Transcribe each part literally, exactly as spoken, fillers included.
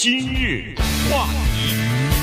今日话题，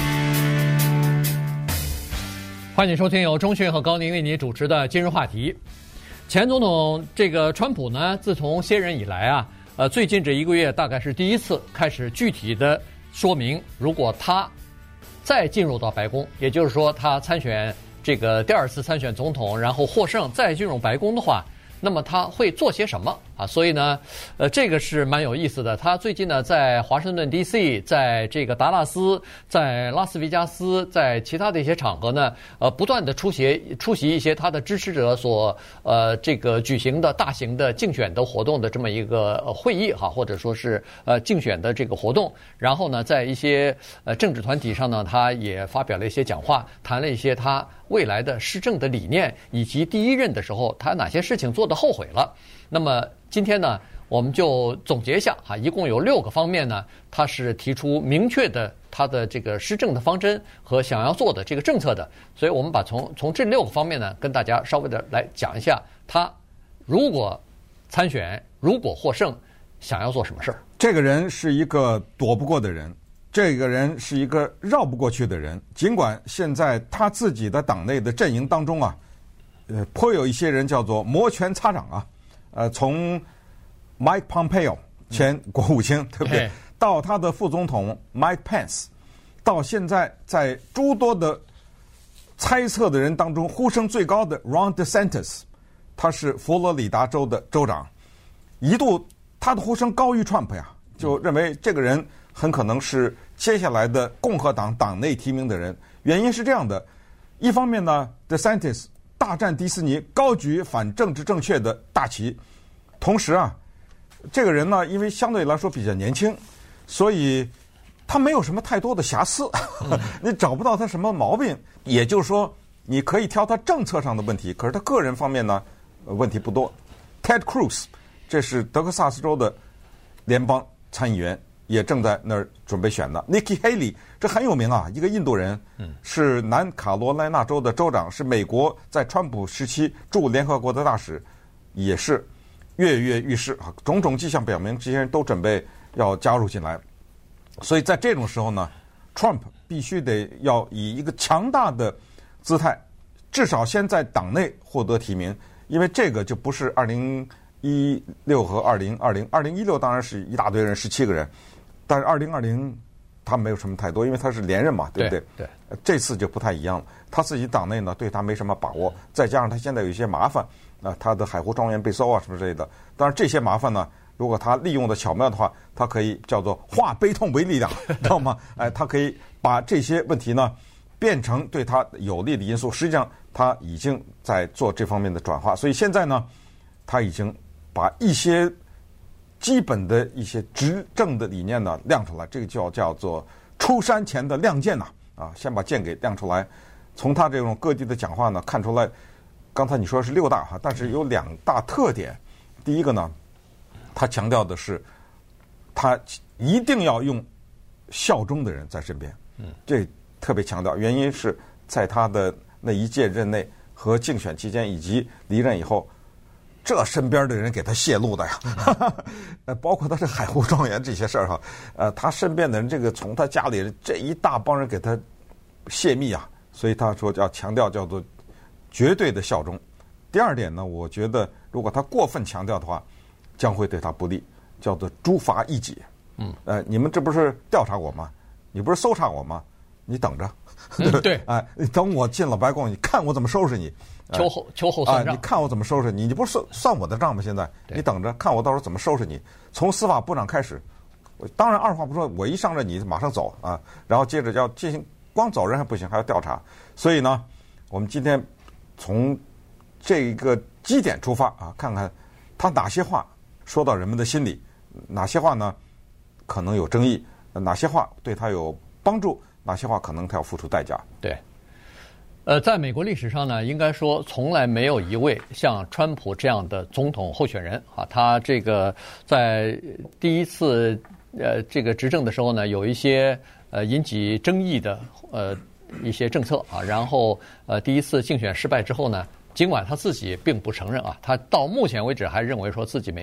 欢迎收听由钟迅和高宁为你主持的今日话题。前总统这个川普呢，自从卸任以来啊，呃，最近这一个月大概是第一次开始具体的说明，如果他再进入到白宫，也就是说他参选这个第二次参选总统，然后获胜再进入白宫的话，那么他会做些什么啊？所以呢，呃，这个是蛮有意思的。他最近呢，在华盛顿 D C， 在这个达拉斯，在拉斯维加斯，在其他的一些场合呢，呃，不断的出席出席一些他的支持者所呃这个举行的大型的竞选的活动的这么一个会议哈，或者说是呃竞选的这个活动。然后呢，在一些呃政治团体上呢，他也发表了一些讲话，谈了一些他未来的施政的理念，以及第一任的时候他哪些事情做得后悔了。那么今天呢，我们就总结一下哈，一共有六个方面呢，他是提出明确的他的这个施政的方针和想要做的这个政策的。所以我们把从从这六个方面呢，跟大家稍微的来讲一下，他如果参选，如果获胜，想要做什么事儿。 这个人是一个躲不过的人，这个人是一个绕不过去的人。尽管现在他自己的党内的阵营当中啊，呃，颇有一些人叫做摩拳擦掌啊，呃，从 Mike Pompeo 前国务卿，对不对？到他的副总统 Mike Pence， 到现在在诸多的猜测的人当中呼声最高的 Ron DeSantis， 他是佛罗里达州的州长，一度他的呼声高于 Trump 呀，就认为这个人很可能是接下来的共和党党内提名的人。原因是这样的，一方面呢 DeSantis 大战迪士尼，高举反政治正确的大旗，同时啊，这个人呢，因为相对来说比较年轻，所以他没有什么太多的瑕疵，你找不到他什么毛病。也就是说，你可以挑他政策上的问题，可是他个人方面呢，问题不多。Ted Cruz， 这是德克萨斯州的联邦参议员，也正在那儿准备选呢。Nikki Haley， 这很有名啊，一个印度人，是南卡罗来纳州的州长，是美国在川普时期驻联合国的大使，也是跃跃欲试啊，种种迹象表明这些人都准备要加入进来。所以在这种时候呢 ，Trump 必须得要以一个强大的姿态，至少先在党内获得提名，因为这个就不是二零一六和二零二零，二零一六当然是一大堆人，十七个人，但是二零二零他没有什么太多，因为他是连任嘛，对不对？ 对。 对，这次就不太一样了，他自己党内呢对他没什么把握，再加上他现在有一些麻烦。啊，他的海湖庄园被搜啊，什么之类的。当然，这些麻烦呢，如果他利用的巧妙的话，他可以叫做化悲痛为力量，知道吗？哎，他可以把这些问题呢变成对他有利的因素。实际上，他已经在做这方面的转化。所以现在呢，他已经把一些基本的一些执政的理念呢亮出来，这个叫叫做出山前的亮剑呐。啊，先把剑给亮出来。从他这种各地的讲话呢看出来。刚才你说是六大哈，但是有两大特点。第一个呢，他强调的是，他一定要用效忠的人在身边。嗯，这特别强调，原因是在他的那一届任内和竞选期间，以及离任以后，这身边的人给他泄露的呀。呃，包括他这海湖庄园这些事儿哈，呃，他身边的人，这个从他家里这一大帮人给他泄密啊，所以他说要强调叫做绝对的效忠。第二点呢，我觉得如果他过分强调的话，将会对他不利，叫做诛伐异己。嗯，呃，你们这不是调查我吗？你不是搜查我吗？你等着。 嗯、对， 哎，等我进了白宫，你看我怎么收拾你。 秋后秋后算账、 啊，你看我怎么收拾你？你不是算算我的账吗？现在你等着看我到时候怎么收拾你。从司法部长开始，当然二话不说，我一上任你马上走啊，然后接着要进行，光走人还不行，还要调查。所以呢，我们今天从这个基点出发啊，看看他哪些话说到人们的心里，哪些话呢可能有争议，哪些话对他有帮助，哪些话可能他要付出代价。 对。呃，在美国历史上呢，应该说从来没有一位像川普这样的总统候选人啊。他这个在第一次呃这个执政的时候呢，有一些呃引起争议的呃一些政策啊。然后呃第一次竞选失败之后呢，尽管他自己并不承认啊，他到目前为止还认为说自己没败呢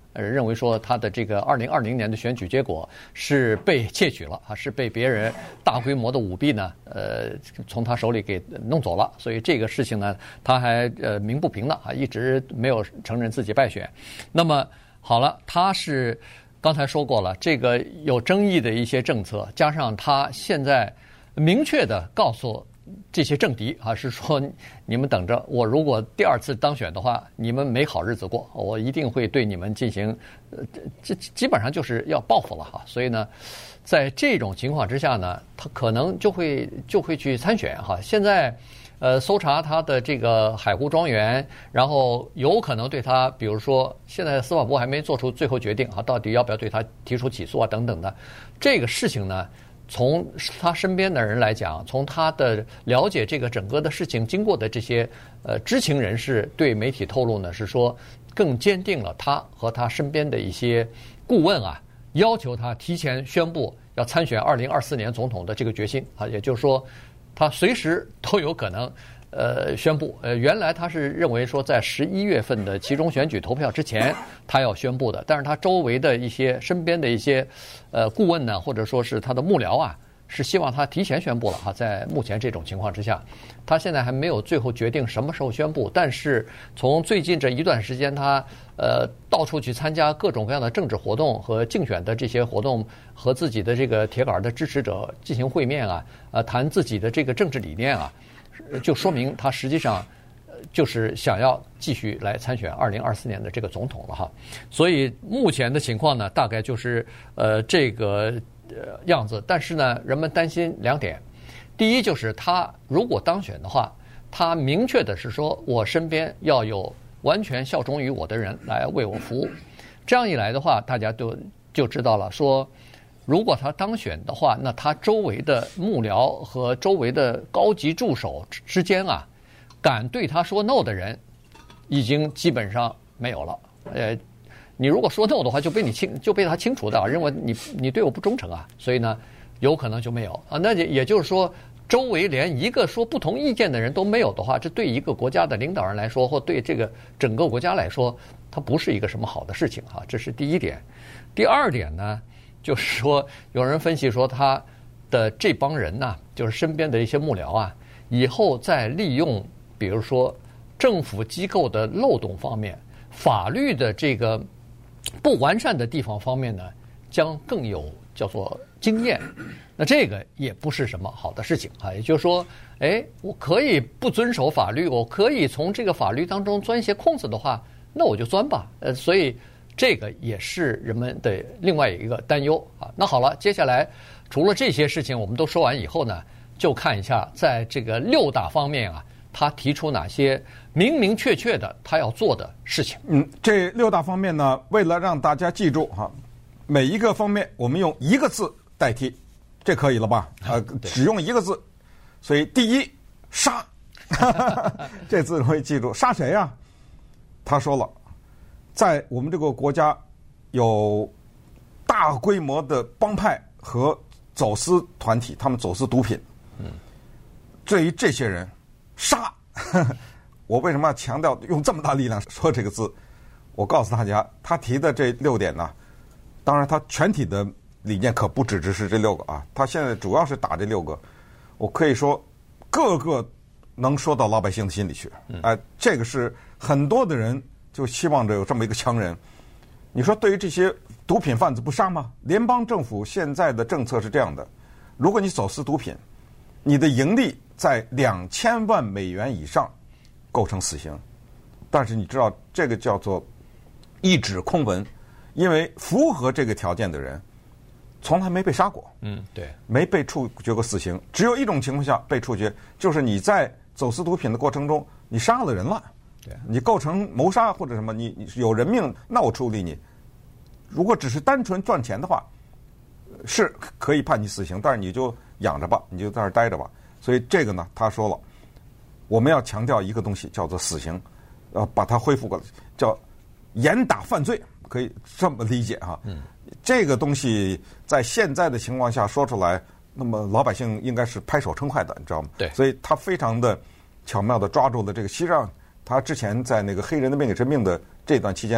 呃，认为说他的这个二零二零年的选举结果是被窃取了啊，是被别人大规模的舞弊呢，呃，从他手里给弄走了。所以这个事情呢，他还呃鸣不平的啊，一直没有承认自己败选。那么好了，他是刚才说过了，这个有争议的一些政策，加上他现在明确的告诉这些政敌啊，是说你们等着，我如果第二次当选的话，你们没好日子过，我一定会对你们进行，呃，这基本上就是要报复了哈。所以呢，在这种情况之下呢，他可能就会就会去参选哈。现在，呃，搜查他的这个海湖庄园，然后有可能对他，比如说现在司法部还没做出最后决定啊，到底要不要对他提出起诉啊等等的，这个事情呢。从他身边的人来讲，从他的了解这个整个的事情经过的这些呃知情人士对媒体透露呢，是说更坚定了他和他身边的一些顾问啊，要求他提前宣布要参选二零二四年总统的这个决心啊，也就是说，他随时都有可能。呃，宣布，呃，原来他是认为说，在十一月份的期中选举投票之前，他要宣布的。但是他周围的一些身边的一些呃顾问呢，或者说是他的幕僚啊，是希望他提前宣布了哈。在目前这种情况之下，他现在还没有最后决定什么时候宣布。但是从最近这一段时间，他呃到处去参加各种各样的政治活动和竞选的这些活动，和自己的这个铁杆的支持者进行会面啊，呃，谈自己的这个政治理念啊。就说明他实际上就是想要继续来参选二零二四年的这个总统了哈，所以目前的情况呢，大概就是呃这个呃样子。但是呢，人们担心两点，第一就是他如果当选的话，他明确的是说我身边要有完全效忠于我的人来为我服务，这样一来的话，大家都就知道了说。如果他当选的话，那他周围的幕僚和周围的高级助手之间啊，敢对他说 no 的人，已经基本上没有了。呃，你如果说 no 的话，就被你清就被他清除掉，认为你你对我不忠诚啊，所以呢，有可能就没有啊。那也也就是说，周围连一个说不同意见的人都没有的话，这对一个国家的领导人来说，或对这个整个国家来说，它不是一个什么好的事情啊。这是第一点。第二点呢？就是说，有人分析说，他的这帮人呐、啊，就是身边的一些幕僚啊，以后在利用，比如说政府机构的漏洞方面、法律的这个不完善的地方方面呢，将更有叫做经验。那这个也不是什么好的事情啊。也就是说，哎，我可以不遵守法律，我可以从这个法律当中钻一些空子的话，那我就钻吧。呃，所以。这个也是人们的另外一个担忧啊。那好了，接下来除了这些事情我们都说完以后呢，就看一下在这个六大方面啊，他提出哪些明明确确的他要做的事情。 嗯，这六大方面呢，为了让大家记住哈，每一个方面我们用一个字代替，这可以了吧？呃，只用一个字。所以第一，杀，这字容易记住，杀谁呀？他说了。在我们这个国家，有大规模的帮派和走私团体，他们走私毒品。嗯，对于这些人，杀！我为什么要强调用这么大力量说这个字？我告诉大家，他提的这六点呢，当然他全体的理念可不只只是这六个啊，他现在主要是打这六个。我可以说，个个能说到老百姓的心里去。哎、呃，这个是很多的人。就希望着有这么一个强人，你说对于这些毒品贩子不杀吗？联邦政府现在的政策是这样的：如果你走私毒品，你的盈利在两千万美元以上，构成死刑。但是你知道这个叫做一纸空文，因为符合这个条件的人，从来没被杀过。 嗯，对， 没被处决过死刑。只有一种情况下被处决，就是你在走私毒品的过程中，你杀了人了。 对， 你构成谋杀或者什么，你你有人命，那我处理你。如果只是单纯赚钱的话，是可以判你死刑，但是你就养着吧，你就在那儿待着吧。所以这个呢，他说了，我们要强调一个东西，叫做死刑，呃，把它恢复过来，叫严打犯罪，可以这么理解哈。嗯，这个东西在现在的情况下说出来，那么老百姓应该是拍手称快的，你知道吗？ 对， 所以他非常的巧妙的抓住了这个，实际上他之前在那个黑人的命给生命的这段期间呢，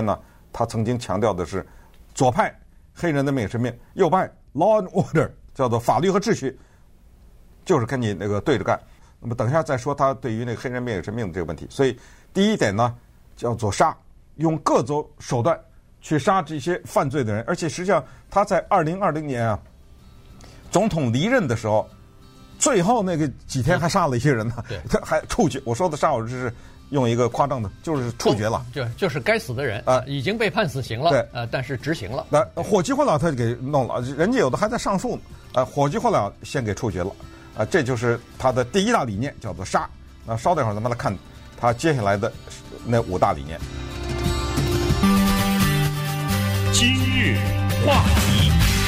他曾经强调的是左派黑人的命是命，右派 law and order 叫做法律和秩序，就是跟你那个对着干。那么等一下再说他对于那个黑人命也是命的这个问题。所以第一点呢，叫做杀，用各种手段去杀这些犯罪的人，而且实际上他在二零二零年啊，总统离任的时候，最后那个几天还杀了一些人呢，他还处决。我说的杀，我是用一个夸张的，就是处决了， 就就是该死的人啊，已经被判死刑了， 对， 呃，但是执行了。 那火急火燎他就给弄了，人家有的还在上诉呢，啊，火急火燎先给处决了。啊，这就是他的第一大理念，叫做杀。那稍等一会儿，咱们来看他接下来的那五大理念。 今日话题，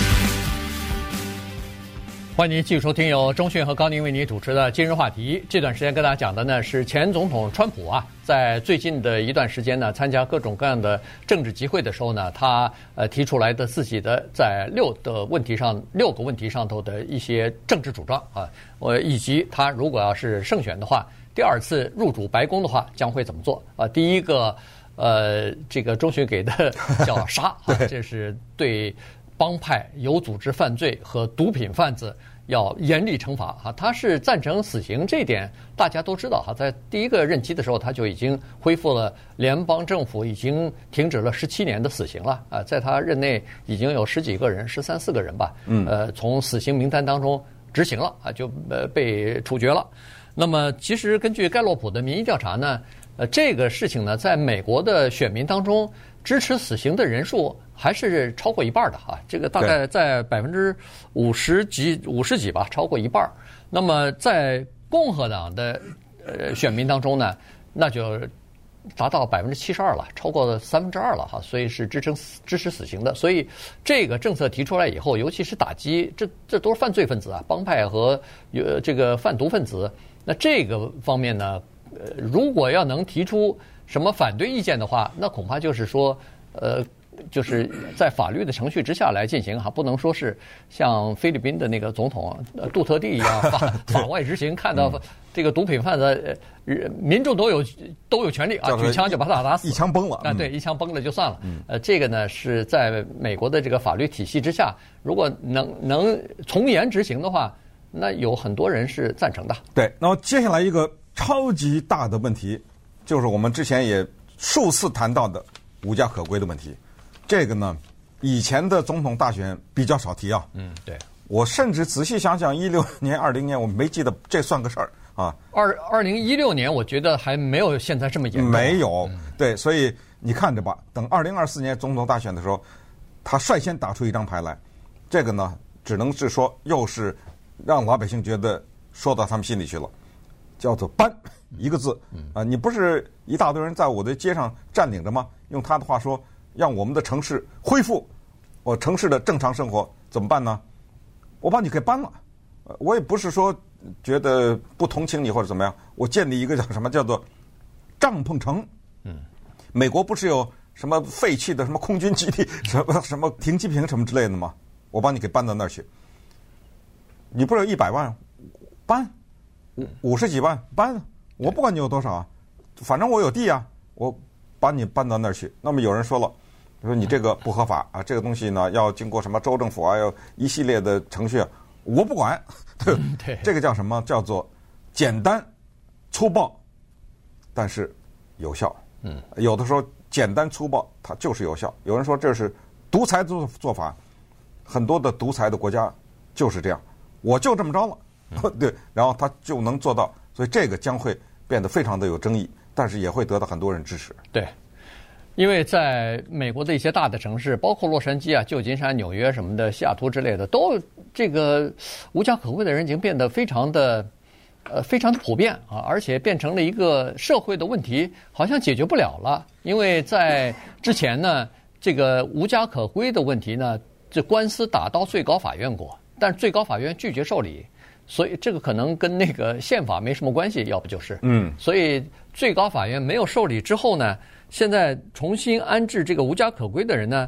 欢迎您继续收听由钟迅和高宁为您主持的今日话题。这段时间跟大家讲的呢是前总统川普啊，在最近的一段时间呢，参加各种各样的政治集会的时候呢，他呃提出来的自己的在六的问题上六个问题上头的一些政治主张啊，我以及他如果要是胜选的话，第二次入主白宫的话将会怎么做啊？第一个呃，这个钟迅给的叫杀啊，这是对帮派、有组织犯罪和毒品贩子要严厉惩罚啊！他是赞成死刑，这一点大家都知道哈。在第一个任期的时候，他就已经恢复了联邦政府已经停止了十七年的死刑了啊！在他任内已经有十几个人，十三四个人吧，嗯，呃，从死刑名单当中执行了啊，就呃被处决了。那么，其实根据盖洛普的民意调查呢，呃，这个事情呢，在美国的选民当中，支持死刑的人数还是超过一半的啊，这个大概在百分之五十几、五十几吧，超过一半。那么在共和党的呃选民当中呢，那就达到百分之七十二了，超过三分之二了哈，所以是支持支持死刑的。所以这个政策提出来以后，尤其是打击这这都是犯罪分子啊，帮派和呃这个贩毒分子。那这个方面呢，呃，如果要能提出什么反对意见的话，那恐怕就是说，呃，就是在法律的程序之下来进行哈，不能说是像菲律宾的那个总统杜特地一样法法外执行，看到这个毒品贩子，呃，民众都有都有权利啊，举枪就把他打死， 一枪崩了啊，对，一枪崩了就算了。呃，这个呢是在美国的这个法律体系之下，如果能能从严执行的话，那有很多人是赞成的。 对，那么接下来一个超级大的问题，就是我们之前也数次谈到的无家可归的问题。这个呢，以前的总统大选比较少提啊。 嗯，对。 我甚至仔细想想，一六年、二零年，我没记得这算个事儿啊。 二二零一六年，我觉得还没有现在这么严重。 没有，对，所以你看着吧，等二零二四年总统大选的时候，他率先打出一张牌来，这个呢，只能是说又是让老百姓觉得说到他们心里去了，叫做搬一个字啊！你不是一大堆人在我的街上占领着吗？用他的话说，让我们的城市恢复我城市的正常生活，怎么办呢？我把你给搬了，我也不是说觉得不同情你或者怎么样，我建立一个叫什么叫做帐篷城。嗯，美国不是有什么废弃的什么空军基地、什么什么停机坪什么之类的吗？我把你给搬到那儿去。你不是有一百万，搬五十几万搬，我不管你有多少啊，反正我有地啊，我把你搬到那儿去。那么有人说了，说你这个不合法啊，这个东西呢要经过什么州政府啊，要一系列的程序，我不管。对， 对， 这个叫什么？叫做简单、粗暴，但是有效。嗯，有的时候简单粗暴它就是有效。有人说这是独裁做做法，很多的独裁的国家就是这样。我就这么着了，对，然后他就能做到，所以这个将会变得非常的有争议，但是也会得到很多人支持。 对，因为在美国的一些大的城市，包括洛杉矶啊、旧金山、纽约什么的、西雅图之类的，都这个无家可归的人已经变得非常的呃非常的普遍啊，而且变成了一个社会的问题，好像解决不了了。因为在之前呢，这个无家可归的问题呢，这官司打到最高法院过。但是最高法院拒绝受理，所以这个可能跟那个宪法没什么关系，要不就是，嗯，所以最高法院没有受理之后呢，现在重新安置这个无家可归的人呢，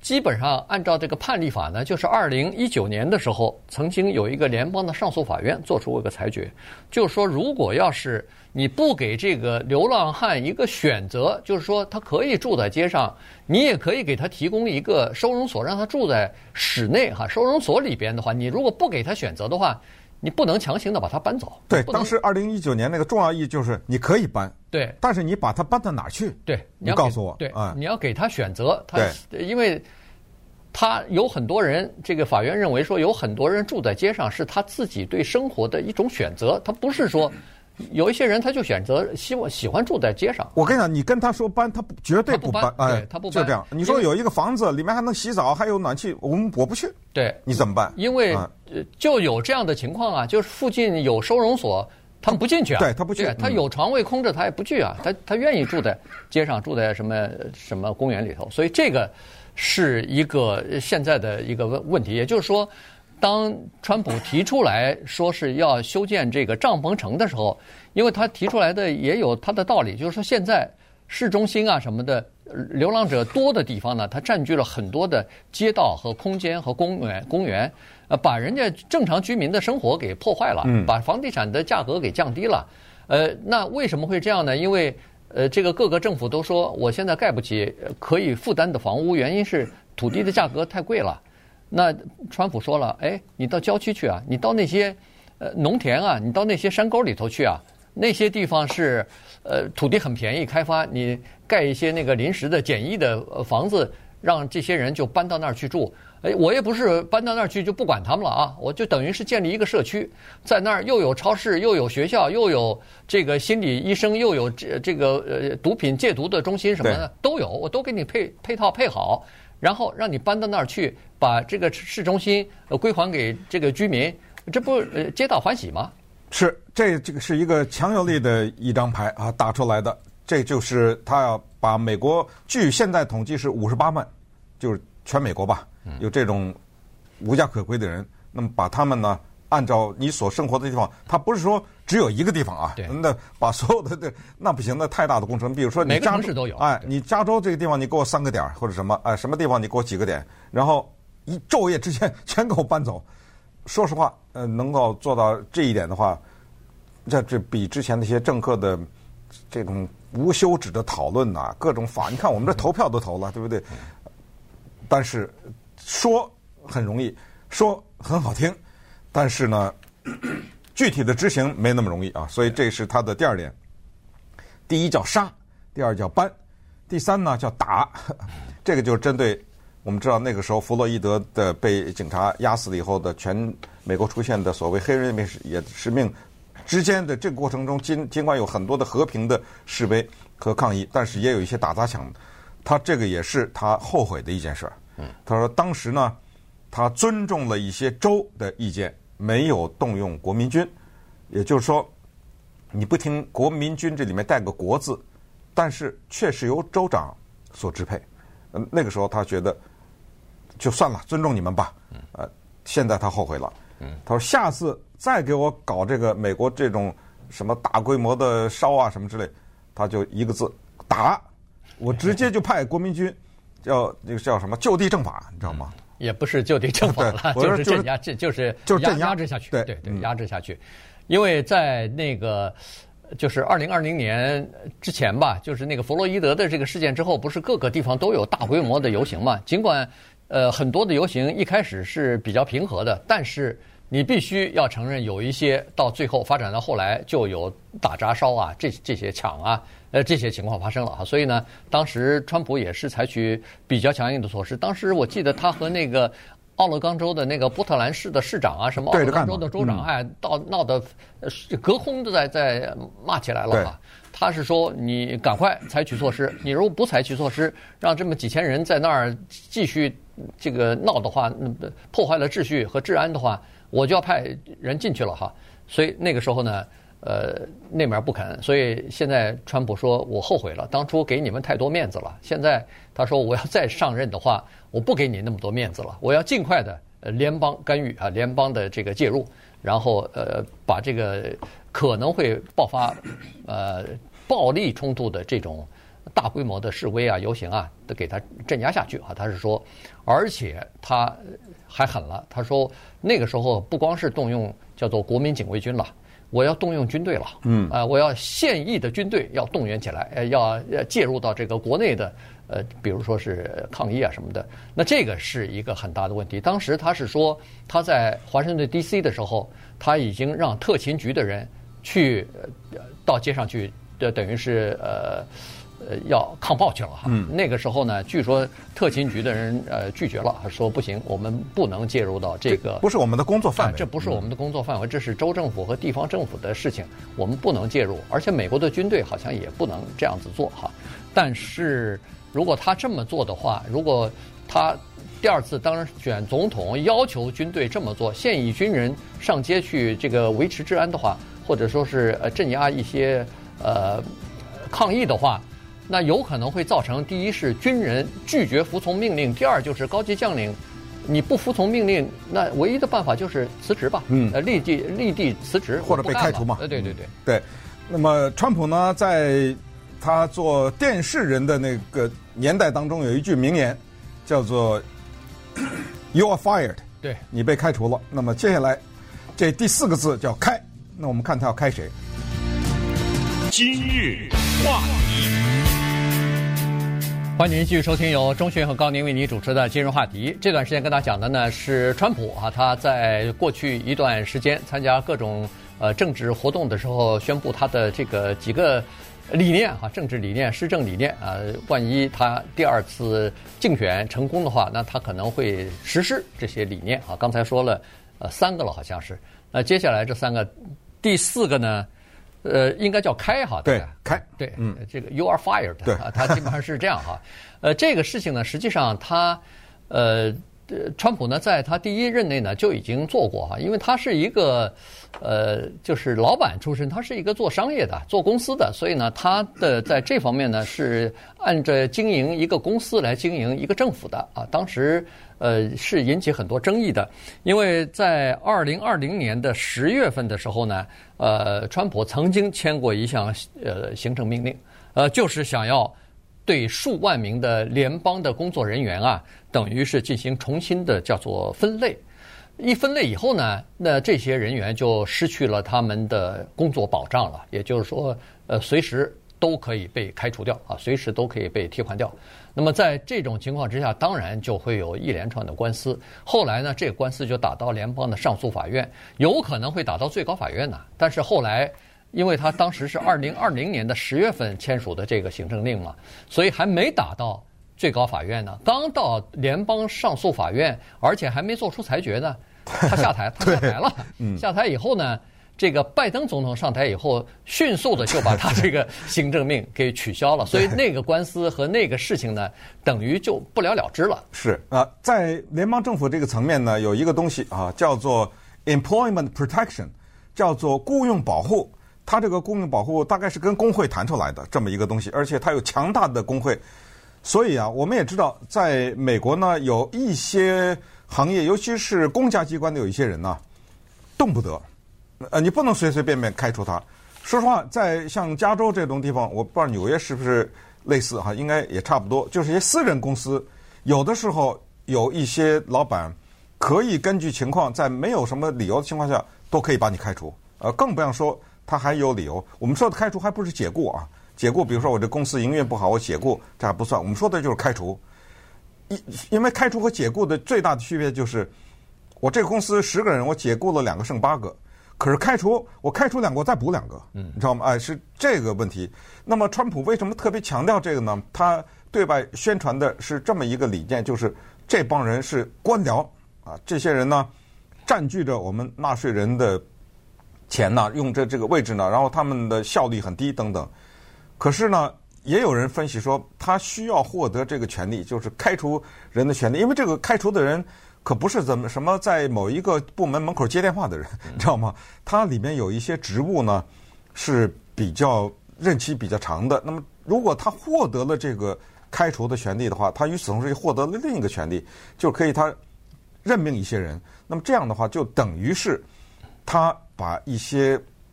基本上按照这个判例法呢，就是二零一九年的时候，曾经有一个联邦的上诉法院做出过一个裁决，就是说，如果要是你不给这个流浪汉一个选择，就是说他可以住在街上，你也可以给他提供一个收容所，让他住在室内哈，收容所里边的话，你如果不给他选择的话，你不能强行的把他搬走。 对，当时二零一九年那个重要意义就是你可以搬， 对， 但是你把他搬到哪儿去？ 对， 你告诉我， 对， 啊、 你要给他选择，他因为。他有很多人，这个法院认为说，有很多人住在街上是他自己对生活的一种选择，他不是说有一些人他就选择希望喜欢住在街上。 我跟你讲，你跟他说搬，他绝对不搬， 哎，他不搬， 就这样。你说有一个房子里面还能洗澡，还有暖气，我们我不去， 对， 你怎么办？ 因为就有这样的情况啊，就是附近有收容所。他们不进去啊， 对他不去， 他有床位空着，他也不去啊，他他愿意住在街上，住在什么什么公园里头，所以这个是一个现在的一个问问题。也就是说，当川普提出来说是要修建这个帐篷城的时候，因为他提出来的也有他的道理，就是说现在市中心啊什么的流浪者多的地方呢，它占据了很多的街道和空间和公园公园。呃，把人家正常居民的生活给破坏了，把房地产的价格给降低了。呃，那为什么会这样呢？因为呃，这个各个政府都说我现在盖不起可以负担的房屋，原因是土地的价格太贵了。那川普说了，哎，你到郊区去啊，你到那些呃农田啊，你到那些山沟里头去啊，那些地方是呃土地很便宜，开发，你盖一些那个临时的简易的房子，让这些人就搬到那儿去住。哎，我也不是搬到那儿去就不管他们了啊，我就等于是建立一个社区，在那儿又有超市，又有学校，又有这个心理医生，又有这这个呃毒品戒毒的中心什么的都有，我都给你配配套配好，然后让你搬到那儿去，把这个市中心呃归还给这个居民，这不呃皆大欢喜吗？ 是，这这个是一个强有力的一张牌啊打出来的，这就是他要把美国，据现在统计是五十八万，就是全美国吧。有这种无家可归的人，那么把他们呢，按照你所生活的地方，他不是说只有一个地方啊，那把所有的这那不行，那太大的工程。比如说你加州都有， 哎，你加州这个地方你给我三个点或者什么，哎，什么地方你给我几个点，然后一昼夜之间全给我搬走。说实话，呃，能够做到这一点的话，这这比之前那些政客的这种无休止的讨论呐、啊，各种法，你看我们这投票都投了，对不对？但是说很容易，说很好听，但是呢，具体的执行没那么容易啊。所以这是他的第二点。第一叫杀，第二叫搬，第三呢叫打。这个就是针对我们知道那个时候弗洛伊德的被警察压死了以后的全美国出现的所谓黑人也使命之间的这个过程中，尽尽管有很多的和平的示威和抗议，但是也有一些打砸抢。他这个也是他后悔的一件事儿。他说当时呢，他尊重了一些州的意见，没有动用国民军，也就是说，你不听国民军这里面带个国字，但是确实由州长所支配。嗯，那个时候他觉得就算了，尊重你们吧。呃，现在他后悔了。他说下次再给我搞这个美国这种什么大规模的烧啊什么之类，他就一个字打，我直接就派国民军。叫那个叫什么就地正法，你知道吗？ 也不是就地正法了，就是镇压，这就是就是镇压制下去， 对对对，压制下去。因为在那个就是二零二零年之前吧，就是那个弗洛伊德的这个事件之后，不是各个地方都有大规模的游行嘛？尽管呃很多的游行一开始是比较平和的，但是你必须要承认，有一些到最后发展到后来就有打砸烧啊，这这些抢啊。呃，这些情况发生了哈，所以呢，当时川普也是采取比较强硬的措施。当时我记得他和那个奥勒冈州的那个波特兰市的市长啊，什么奥勒冈州的州长，哎，到闹得隔空的在在骂起来了哈。他是说你赶快采取措施，你如果不采取措施，让这么几千人在那儿继续这个闹的话，破坏了秩序和治安的话，我就要派人进去了哈。所以那个时候呢。呃，那面不肯，所以现在川普说我后悔了，当初给你们太多面子了。现在他说我要再上任的话，我不给你那么多面子了，我要尽快的呃联邦干预啊，联邦的这个介入，然后呃把这个可能会爆发呃暴力冲突的这种大规模的示威啊、游行啊，都给他镇压下去啊。他是说，而且他还狠了，他说那个时候不光是动用叫做国民警卫军了，我要动用军队了，嗯啊、呃，我要现役的军队要动员起来，呃，要要介入到这个国内的呃，比如说是抗议啊什么的。那这个是一个很大的问题。当时他是说他在华盛顿 D C 的时候，他已经让特勤局的人去呃到街上去，呃，等于是呃。呃，要抗暴去了哈。嗯、那个时候呢，据说特勤局的人呃拒绝了，说不行，我们不能介入到这个， 这不是我们的工作范围、 啊，这不是我们的工作范围，这是州政府和地方政府的事情，我们不能介入。而且美国的军队好像也不能这样子做哈。但是如果他这么做的话，如果他第二次当选总统要求军队这么做，现役军人上街去这个维持治安的话，或者说是呃镇压一些呃抗议的话。那有可能会造成，第一是军人拒绝服从命令，第二就是高级将领你不服从命令，那唯一的办法就是辞职吧，嗯，呃，立即立即辞职或者被开除嘛。 呃，对对对对。那么川普呢，在他做电视人的那个年代当中，有一句名言叫做 "You are fired"， 对， 你被开除了。那么接下来这第四个字叫开，那我们看他要开谁？ 今日话题。 欢迎您继续收听由钟迅和高宁为您主持的今日话题。这段时间跟大家讲的呢是川普啊，他在过去一段时间参加各种呃政治活动的时候，宣布他的这个几个理念啊，政治理念、施政理念啊，万一他第二次竞选成功的话，那他可能会实施这些理念啊。刚才说了呃三个了，好像是。那接下来这三个，第四个呢？呃，应该叫开哈， 对，开， 对，嗯，这个 you are fired， 对啊，他基本上是这样哈。呃，这个事情呢，实际上他，呃，川普呢，在他第一任内呢就已经做过哈，因为他是一个，呃，就是老板出身，他是一个做商业的、做公司的，所以呢，他的在这方面呢是按着经营一个公司来经营一个政府的啊。当时呃是引起很多争议的，因为在二零二零年的十月份的时候呢。呃，川普曾经签过一项呃行政命令，呃，就是想要对数万名的联邦的工作人员啊，等于是进行重新的叫做分类。一分类以后呢，那这些人员就失去了他们的工作保障了，也就是说，呃，随时都可以被开除掉啊，随时都可以被替换掉。那么在这种情况之下，当然就会有一连串的官司。后来呢，这个官司就打到联邦的上诉法院，有可能会打到最高法院呢。但是后来，因为他当时是二零二零年的十月份签署的这个行政令嘛，所以还没打到最高法院呢。刚到联邦上诉法院，而且还没做出裁决呢，他下台，他下台了。嗯、下台以后呢？这个拜登总统上台以后，迅速的就把他这个行政命给取消了，所以那个官司和那个事情呢，等于就不了了之了。 是啊，在联邦政府这个层面呢，有一个东西啊，叫做 employment protection， 叫做雇佣保护。它这个雇佣保护大概是跟工会谈出来的这么一个东西，而且它有强大的工会。所以啊，我们也知道，在美国呢，有一些行业，尤其是公家机关的有一些人呢，动不得。呃，你不能随随便便开除他。说实话，在像加州这种地方，我不知道纽约是不是类似哈，应该也差不多。就是一些私人公司，有的时候有一些老板可以根据情况，在没有什么理由的情况下，都可以把你开除。呃，更不要说他还有理由。我们说的开除还不是解雇啊，解雇，比如说我这公司营运不好，我解雇，这还不算。我们说的就是开除。因因为开除和解雇的最大的区别就是，我这个公司十个人，我解雇了两个，剩八个。可是开除我开除两个，我再补两个，嗯，你知道吗？哎，是这个问题。那么川普为什么特别强调这个呢？他对外宣传的是这么一个理念，就是这帮人是官僚啊，这些人呢占据着我们纳税人的钱呢，用这这个位置呢，然后他们的效率很低等等。可是呢，也有人分析说，他需要获得这个权利，就是开除人的权利，因为这个开除的人。可不是怎么什么在某一个部门门口接电话的人，你知道吗？它里面有一些职务呢是比较任期比较长的。那么，如果他获得了这个开除的权利的话，他与此同时又获得了另一个权利，就可以他任命一些人。那么这样的话，就等于是他把一些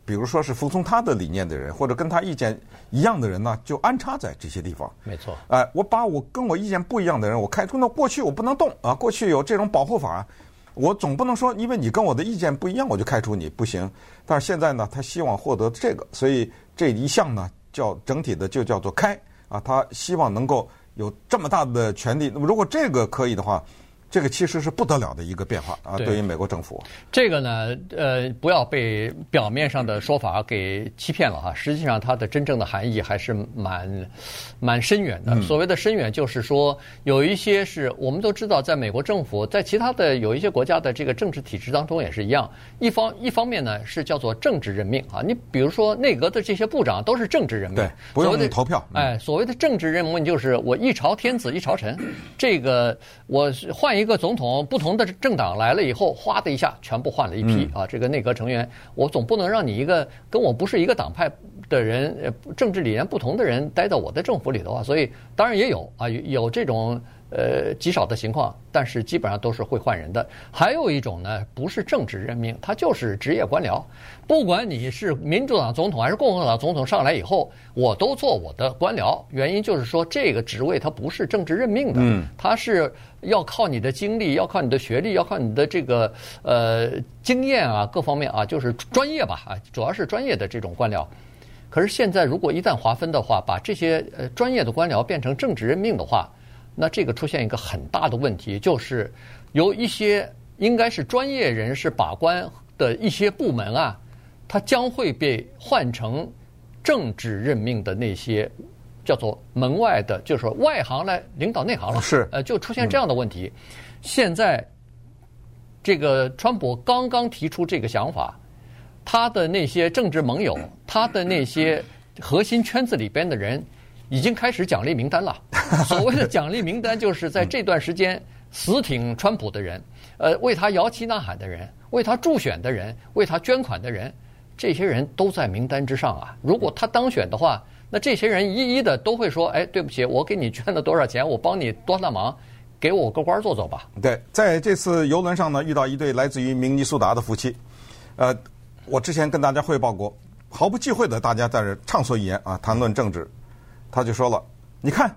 比如说是服从他的理念的人，或者跟他意见一样的人呢，就安插在这些地方。 没错。 哎、呃，我把我跟我意见不一样的人，我开除。那过去我不能动啊，过去有这种保护法，我总不能说因为你跟我的意见不一样，我就开除你，不行。但是现在呢，他希望获得这个，所以这一项呢，叫整体的就叫做开啊，他希望能够有这么大的权利。那么如果这个可以的话，这个其实是不得了的一个变化啊！对于美国政府， 这个呢，呃，不要被表面上的说法给欺骗了哈。实际上，它的真正的含义还是蛮蛮深远的。所谓的深远，就是说有一些是我们都知道，在美国政府，在其他的有一些国家的这个政治体制当中也是一样。一方一方面呢，是叫做政治任命啊。你比如说内阁的这些部长都是政治任命， 对，不用投票。 哎，所谓的政治任命就是我一朝天子一朝臣，这个我换一个总统，不同的政党来了以后，哗的一下全部换了一批啊！这个内阁成员，我总不能让你一个跟我不是一个党派的人，呃，政治理念不同的人待到我的政府里头啊。所以当然也有啊，有这种呃极少的情况，但是基本上都是会换人的。还有一种呢，不是政治任命，他就是职业官僚。不管你是民主党总统还是共和党总统上来以后，我都做我的官僚。原因就是说，这个职位它不是政治任命的，嗯，它是要靠你的经历，要靠你的学历，要靠你的这个呃经验啊，各方面啊，就是专业吧啊，主要是专业的这种官僚。可是现在如果一旦划分的话，把这些呃专业的官僚变成政治任命的话，那这个出现一个很大的问题，就是由一些应该是专业人士把关的一些部门啊，它将会被换成政治任命的那些叫做门外的，就是说外行来领导内行了， 是呃，就出现这样的问题。嗯、现在这个川普刚刚提出这个想法，他的那些政治盟友，他的那些核心圈子里边的人，已经开始奖励名单了。所谓的奖励名单，就是在这段时间死挺川普的人，呃，为他摇旗呐喊的人，为他助选的人，为他捐款的人，这些人都在名单之上啊。如果他当选的话，那这些人一一的都会说：“哎，对不起，我给你捐了多少钱，我帮你多大忙，给我个官做做吧。” 对，在这次游轮上呢，遇到一对来自于明尼苏达的夫妻，呃，我之前跟大家汇报过，毫不忌讳的大家在这畅所欲言啊，谈论政治。他就说了：“你看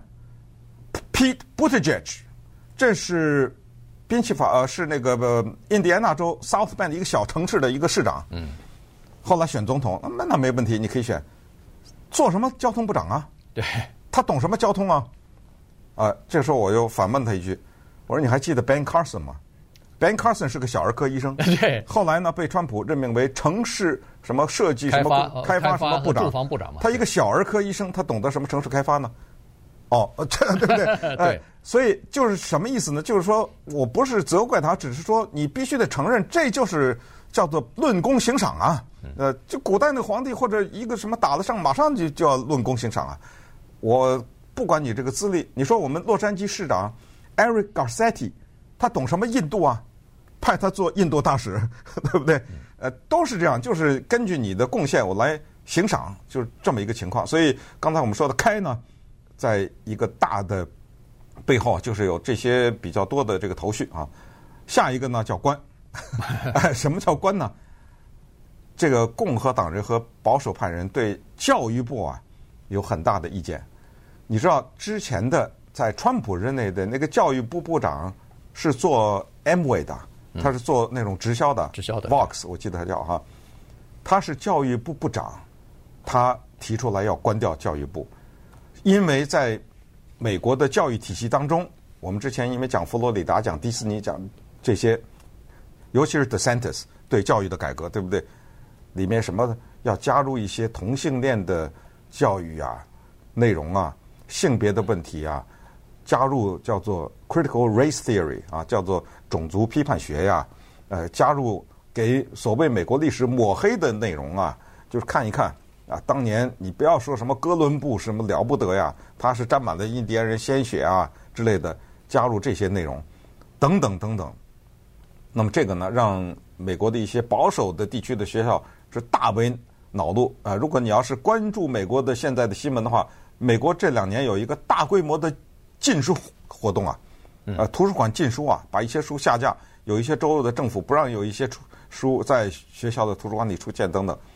，Pete Buttigieg， 这是宾夕法呃是那个呃印第安纳州 South Bend 一个小城市的一个市长，嗯，后来选总统，那那没问题，你可以选。做什么交通部长啊？ 对， 他懂什么交通啊？啊，这时候我又反问他一句，我说你还记得 Ben Carson 吗 ？Ben Carson 是个小儿科医生， 对， 后来呢被川普任命为城市什么设计什么开发什么部长， 住房部长嘛。 他一个小儿科医生，他懂得什么城市开发呢？哦，这对不对？ 对、 呃，所以就是什么意思呢？就是说我不是责怪他，只是说你必须得承认，这就是叫做论功行赏啊。呃，就古代那个皇帝或者一个什么打了仗，马上就就要论功行赏啊。我不管你这个资历，你说我们洛杉矶市长 Eric Garcetti， 他懂什么印度啊？派他做印度大使，对不对？呃，都是这样，就是根据你的贡献我来行赏，就是这么一个情况。所以刚才我们说的开呢，在一个大的背后就是有这些比较多的这个头绪啊。下一个呢叫官，哎，什么叫官呢？这个共和党人和保守派人对教育部啊有很大的意见。你知道之前的在川普任内的那个教育部部长是做 Amway 的，他是做那种直销的， 直销的 Vox 我记得他叫哈，他是教育部部长，他提出来要关掉教育部，因为在美国的教育体系当中，我们之前因为讲佛罗里达、讲迪士尼、讲这些，尤其是 DeSantis 对教育的改革，对不对？里面什么要加入一些同性恋的教育啊、内容啊、性别的问题啊，加入叫做 critical race theory 啊，叫做种族批判学呀、啊，呃，加入给所谓美国历史抹黑的内容啊，就是看一看啊，当年你不要说什么哥伦布什么了不得呀，他是沾满了印第安人鲜血啊之类的，加入这些内容，等等等等。那么这个呢，让美国的一些保守的地区的学校是大为恼怒啊！如果你要是关注美国的现在的新闻的话，美国这两年有一个大规模的禁书活动啊，呃，图书馆禁书啊，把一些书下架，有一些州的政府不让有一些书在学校的图书馆里出现等等，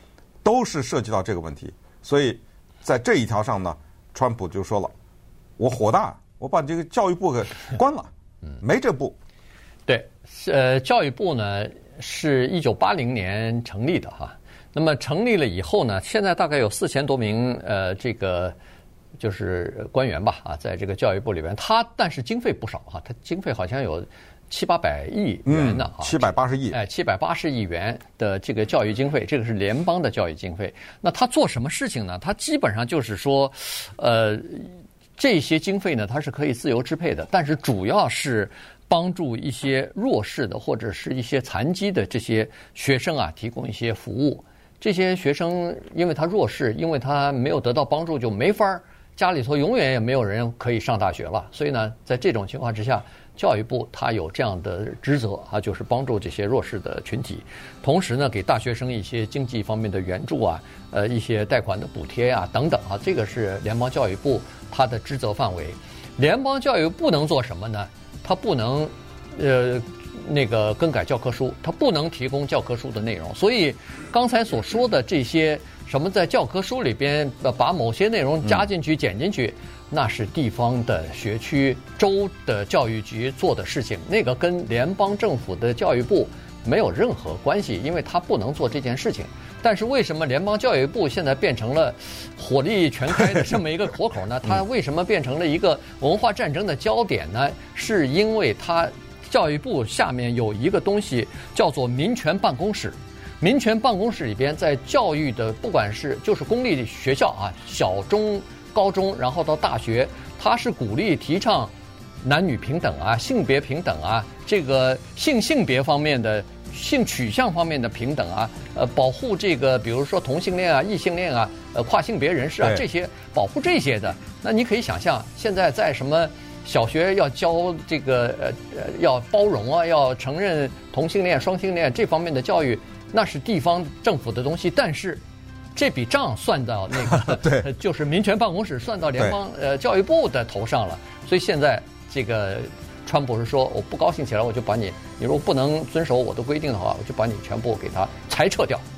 都是涉及到这个问题。所以在这一条上呢，川普就说了，我火大，我把这个教育部给关了，没这部。 对，呃，教育部呢是一九八零年成立的哈。那么成立了以后呢，现在大概有四千多名呃这个就是官员吧啊，在这个教育部里边，他但是经费不少哈，他经费好像有七八百亿元呢啊， 七百八十亿， 哎，七百八十亿元的这个教育经费，这个是联邦的教育经费。那他做什么事情呢？他基本上就是说，呃，这些经费呢，它是可以自由支配的，但是主要是帮助一些弱势的或者是一些残疾的这些学生啊，提供一些服务。这些学生因为他弱势，因为他没有得到帮助，就没法儿，家里头永远也没有人可以上大学了。所以呢，在这种情况之下，教育部它有这样的职责啊，就是帮助这些弱势的群体，同时呢，给大学生一些经济方面的援助啊，呃，一些贷款的补贴啊等等啊，这个是联邦教育部它的职责范围。联邦教育部能做什么呢？它不能，呃，那个更改教科书，它不能提供教科书的内容。所以刚才所说的这些什么在教科书里边把某些内容加进去、减进去。那是地方的学区、州的教育局做的事情，那个跟联邦政府的教育部没有任何关系，因为他不能做这件事情。但是为什么联邦教育部现在变成了火力全开的这么一个活口呢？它为什么变成了一个文化战争的焦点呢？是因为它教育部下面有一个东西叫做民权办公室。民权办公室里边，在教育的不管是就是公立学校啊，小中高中，然后到大学，它是鼓励提倡男女平等啊、性别平等啊，这个性性别方面的、性取向方面的平等啊，呃，保护这个，比如说同性恋啊、异性恋啊、呃跨性别人士啊，这些保护这些的。那你可以想象，现在在什么小学要教这个呃呃要包容啊，要承认同性恋、双性恋这方面的教育，那是地方政府的东西，但是这笔账算到那个对， 就是民权办公室算到联邦呃教育部的头上了，所以现在这个川普是说，我不高兴起来，我就把你，你如果不能遵守我的规定的话，我就把你全部给他裁撤掉。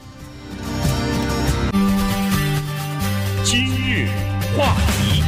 今日话题，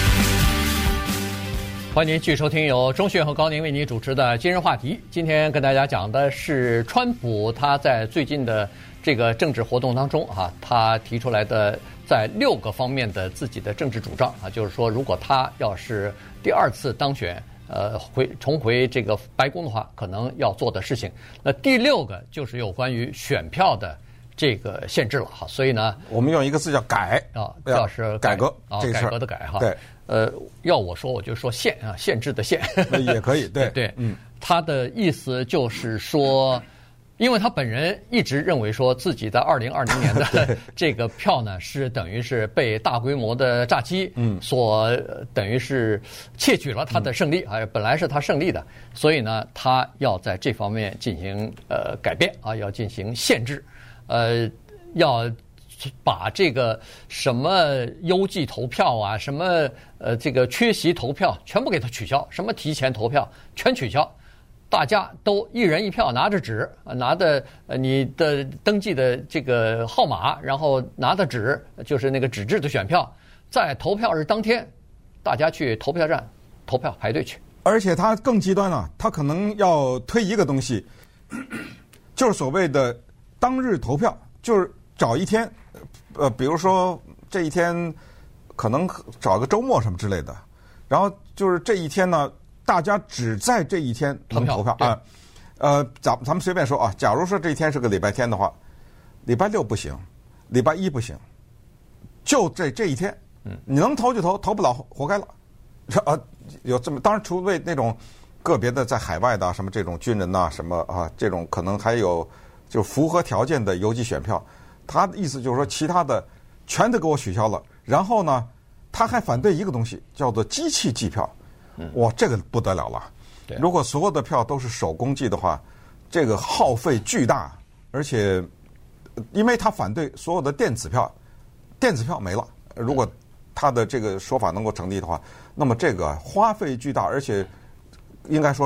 欢迎您继续收听由钟迅和高宁为您主持的今日话题。今天跟大家讲的是川普他在最近的这个政治活动当中啊，他提出来的在六个方面的自己的政治主张啊，就是说，如果他要是第二次当选，呃，回重回这个白宫的话，可能要做的事情。那第六个就是有关于选票的这个限制了哈，所以呢， 我们用一个字叫改啊，要是改革啊， 这个改革的改哈， 对， 呃，要我说我就说限啊，限制的限也可以，对对， 嗯， 他的意思就是说。因为他本人一直认为说自己在二零二零年的这个票呢，是等于是被大规模的诈欺，嗯，所等于是窃取了他的胜利啊，本来是他胜利的，所以呢，他要在这方面进行呃改变啊，要进行限制，呃，要把这个什么邮寄投票啊，什么呃这个缺席投票全部给他取消，什么提前投票全取消。大家都一人一票，拿着纸，拿的呃你的登记的这个号码，然后拿的纸，就是那个纸质的选票，在投票日当天，大家去投票站投票排队去。 而且他更极端了，他可能要推一个东西，就是所谓的当日投票，就是找一天，呃，比如说这一天可能找个周末什么之类的，然后就是这一天呢。大家只在这一天能投票啊，呃，咱咱们随便说啊，假如说这一天是个礼拜天的话，礼拜六不行，礼拜一不行，就这这一天，嗯，你能投就投，投不了活该了，啊，有这么当然，除非那种个别的在海外的什么这种军人呐、啊，什么啊，这种可能还有就符合条件的邮寄选票，他的意思就是说，其他的全都给我取消了，然后呢，他还反对一个东西，叫做机器计票。哇，这个不得了了！如果所有的票都是手工计的话，这个耗费巨大，而且因为他反对所有的电子票，电子票没了。如果他的这个说法能够成立的话，那么这个花费巨大，而且应该说是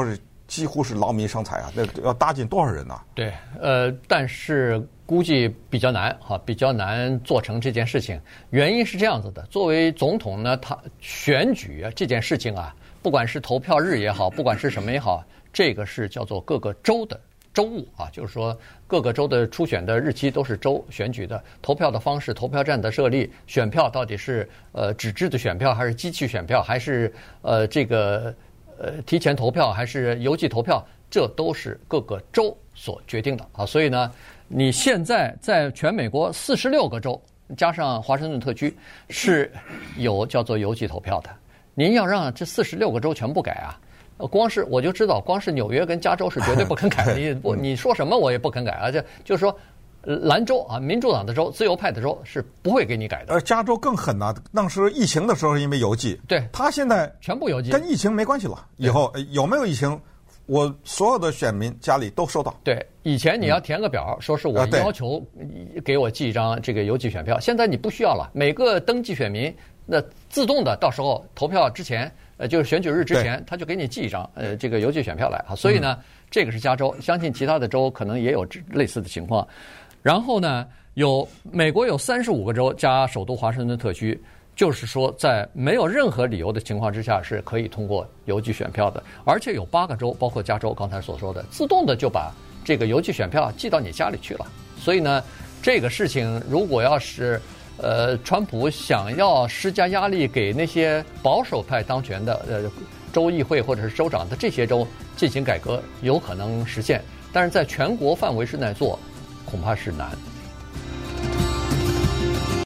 几乎是劳民伤财啊，那要搭进多少人啊？ 对，呃，但是估计比较难哈，比较难做成这件事情。原因是这样子的，作为总统呢，他选举这件事情啊，不管是投票日也好，不管是什么也好，这个是叫做各个州的州务啊，就是说各个州的初选的日期都是州选举的，投票的方式、投票站的设立、选票到底是呃纸质的选票还是机器选票，还是呃这个呃提前投票还是邮寄投票，这都是各个州所决定的啊。所以呢，你现在在全美国四十六个州加上华盛顿特区是有叫做邮寄投票的，您要让这四十六个州全部改啊？光是我就知道，光是纽约跟加州是绝对不肯改的。你我你说什么我也不肯改，而且就是说，兰州啊，民主党的州、自由派的州是不会给你改的。 而加州更狠呐、啊，当时疫情的时候因为邮寄， 对， 他现在全部邮寄， 跟疫情没关系了。以后有没有疫情，我所有的选民家里都收到。 对，以前你要填个表，嗯、说是我要求给我寄一张这个邮寄选票，现在你不需要了，每个登记选民那自动的到时候投票之前。呃，就是选举日之前，他就给你寄一张呃这个邮寄选票来啊，所以呢，嗯、这个是加州，相信其他的州可能也有类似的情况。然后呢，有美国有三十五个州加首都华盛顿特区，就是说在没有任何理由的情况之下是可以通过邮寄选票的，而且有八个州，包括加州刚才所说的，自动的就把这个邮寄选票寄到你家里去了。所以呢，这个事情如果要是呃，川普想要施加压力给那些保守派当权的呃州议会或者是州长的这些州进行改革，有可能实现，但是在全国范围之内做，恐怕是难。